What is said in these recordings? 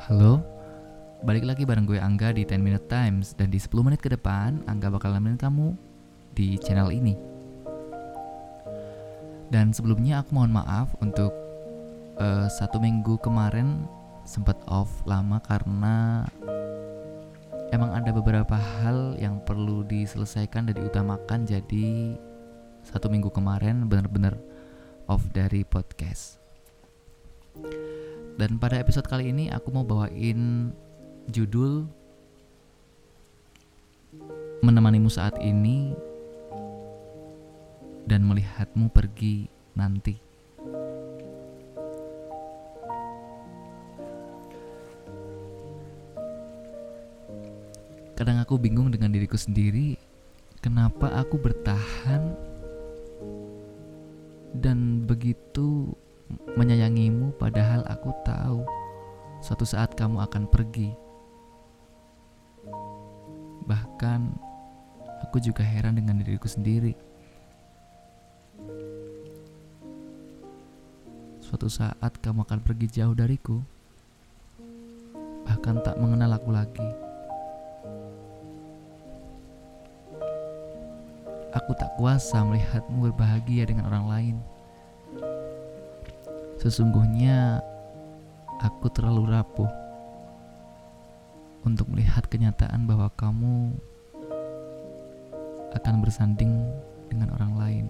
Halo, balik lagi bareng gue Angga di 10 Minute Times. Dan di 10 menit ke depan, Angga bakal nemenin kamu di channel ini. Dan sebelumnya aku mohon maaf untuk 1 minggu kemarin sempat off lama karena emang ada beberapa hal yang perlu diselesaikan dan diutamakan. Jadi 1 minggu kemarin benar-benar off dari podcast. Dan pada episode kali ini aku mau bawain judul Menemanimu Saat Ini dan Melihatmu Pergi Nanti. Kadang aku bingung dengan diriku sendiri, kenapa aku bertahan dan begitu menyayangimu padahal aku tahu suatu saat kamu akan pergi. Bahkan aku juga heran dengan diriku sendiri. Suatu saat kamu akan pergi jauh dariku, bahkan tak mengenal aku lagi. Aku tak kuasa melihatmu berbahagia dengan orang lain. Sesungguhnya aku terlalu rapuh untuk melihat kenyataan bahwa kamu akan bersanding dengan orang lain.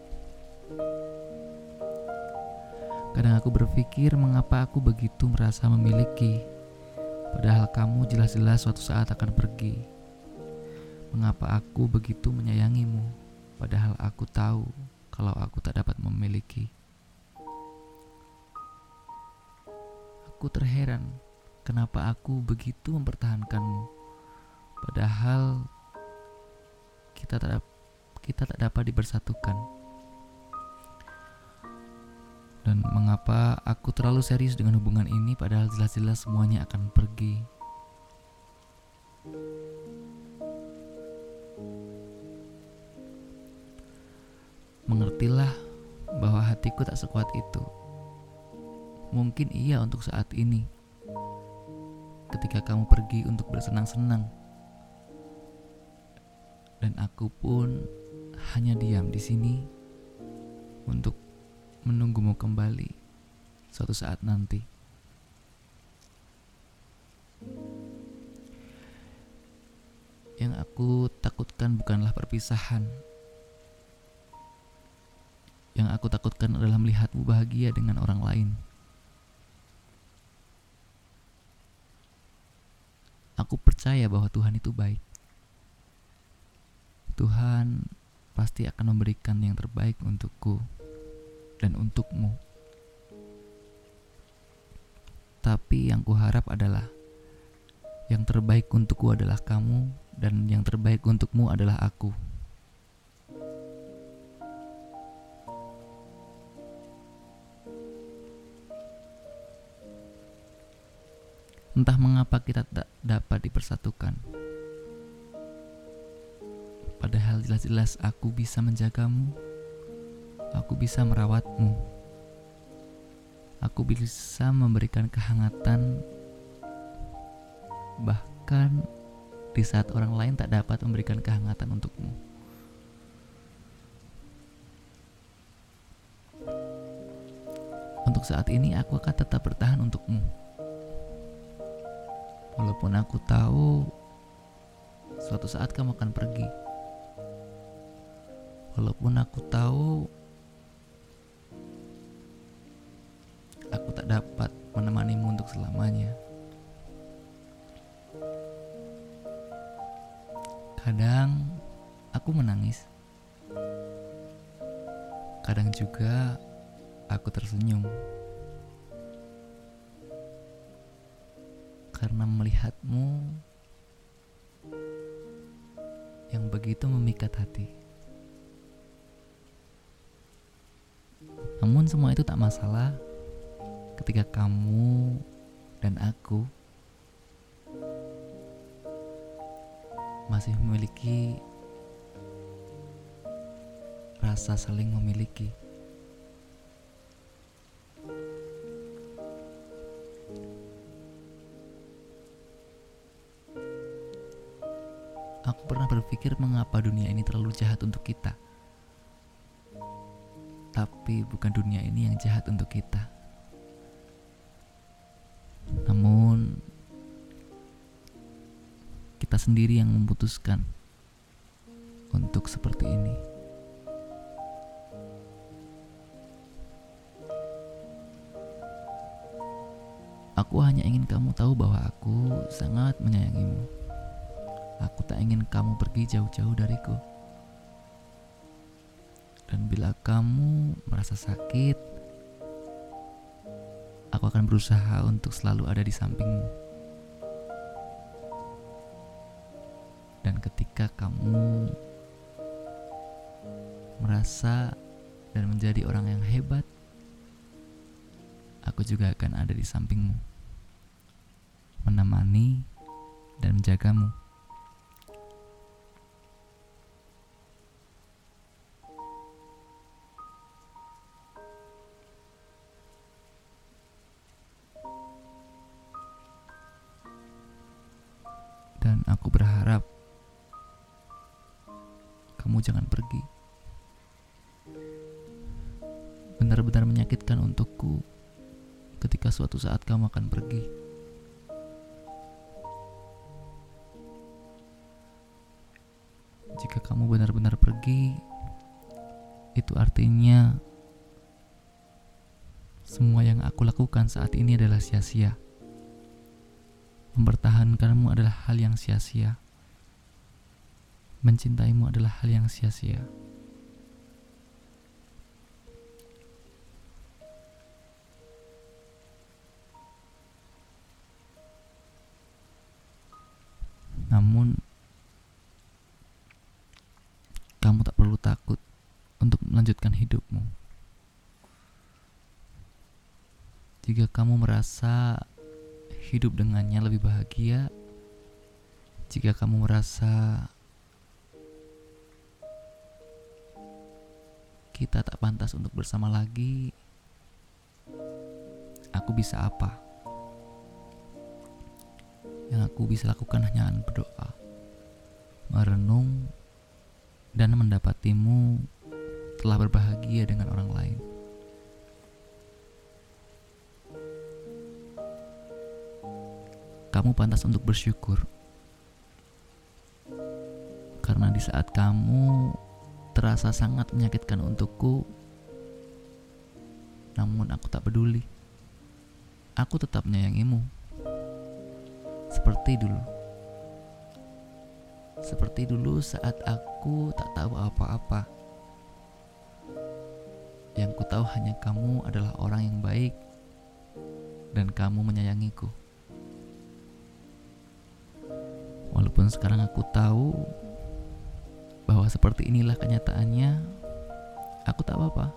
Kadang aku berpikir mengapa aku begitu merasa memiliki, padahal kamu jelas-jelas suatu saat akan pergi. Mengapa aku begitu menyayangimu, padahal aku tahu kalau aku tak dapat memiliki. Aku terheran kenapa aku begitu mempertahankanmu, padahal kita tak dapat dipersatukan. Dan mengapa aku terlalu serius dengan hubungan ini, padahal jelas-jelas semuanya akan pergi. Mengertilah bahwa hatiku tak sekuat itu. Mungkin iya untuk saat ini, ketika kamu pergi untuk bersenang-senang, dan aku pun hanya diam di sini untuk menunggumu kembali suatu saat nanti. Yang aku takutkan bukanlah perpisahan. Yang aku takutkan adalah melihatmu bahagia dengan orang lain. Aku percaya bahwa Tuhan itu baik. Tuhan pasti akan memberikan yang terbaik untukku dan untukmu. Tapi yang kuharap adalah yang terbaik untukku adalah kamu, dan yang terbaik untukmu adalah aku. Entah mengapa kita tak dapat dipersatukan, padahal jelas-jelas aku bisa menjagamu, aku bisa merawatmu, aku bisa memberikan kehangatan, bahkan di saat orang lain tak dapat memberikan kehangatan untukmu. Untuk saat ini aku akan tetap bertahan untukmu. Walaupun aku tahu suatu saat kamu akan pergi. Walaupun aku tahu aku tak dapat menemanimu untuk selamanya. Kadang aku menangis. Kadang juga aku tersenyum. Karena melihatmu yang begitu memikat hati. Namun semua itu tak masalah ketika kamu dan aku masih memiliki rasa saling memiliki. aku pernah berpikir mengapa dunia ini terlalu jahat untuk kita. Tapi bukan dunia ini yang jahat untuk kita. Namun kita sendiri yang memutuskan untuk seperti ini. Aku hanya ingin kamu tahu bahwa aku sangat menyayangimu. Aku tak ingin kamu pergi jauh-jauh dariku. Dan bila kamu merasa sakit, aku akan berusaha untuk selalu ada di sampingmu. Dan ketika kamu merasa dan menjadi orang yang hebat, aku juga akan ada di sampingmu, menemani dan menjagamu. Dan aku berharap kamu jangan pergi. Benar-benar menyakitkan untukku ketika suatu saat kamu akan pergi. Jika kamu benar-benar pergi, itu artinya semua yang aku lakukan saat ini adalah sia-sia. Mempertahankanmu adalah hal yang sia-sia. Mencintaimu adalah hal yang sia-sia. Namun, kamu tak perlu takut untuk melanjutkan hidupmu. Jika kamu merasa hidup dengannya lebih bahagia, jika kamu merasa kita tak pantas untuk bersama lagi, aku bisa apa? Yang aku bisa lakukan hanya berdoa, merenung, dan mendapatimu telah berbahagia dengan orang lain. Kamu pantas untuk bersyukur, karena di saat kamu terasa sangat menyakitkan untukku, namun aku tak peduli. Aku tetap menyayangimu seperti dulu. Seperti dulu saat aku tak tahu apa-apa. Yang ku tahu hanya kamu adalah orang yang baik dan kamu menyayangiku. Walaupun sekarang aku tahu bahwa seperti inilah kenyataannya, aku tak apa-apa.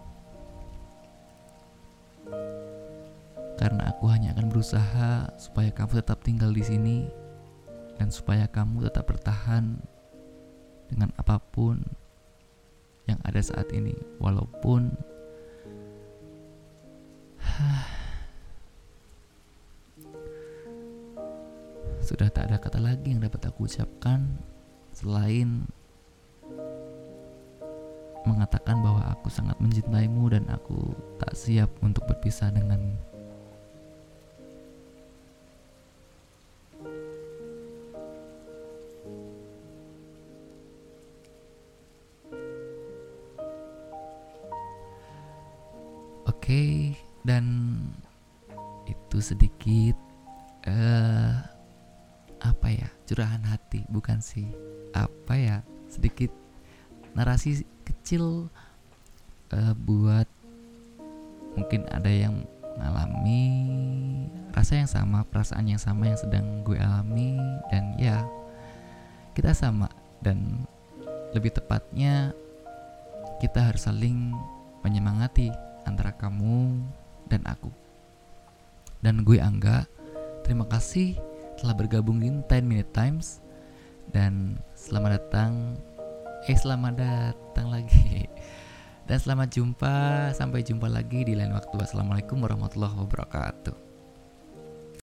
Karena aku hanya akan berusaha supaya kamu tetap tinggal di sini dan supaya kamu tetap bertahan dengan apapun yang ada saat ini. Walaupun sudah tak ada kata lagi yang dapat aku ucapkan selain mengatakan bahwa aku sangat mencintaimu dan aku tak siap untuk berpisah denganmu. Oke, dan itu sedikit curahan hati, bukan sih, sedikit narasi kecil buat mungkin ada yang mengalami rasa yang sama, perasaan yang sama yang sedang gue alami, dan ya kita sama, dan lebih tepatnya kita harus saling menyemangati antara kamu dan aku. Dan gue Angga, terima kasih telah bergabung di 10 Minute Times, dan selamat datang lagi dan selamat jumpa, sampai jumpa lagi di lain waktu. Assalamualaikum warahmatullahi wabarakatuh.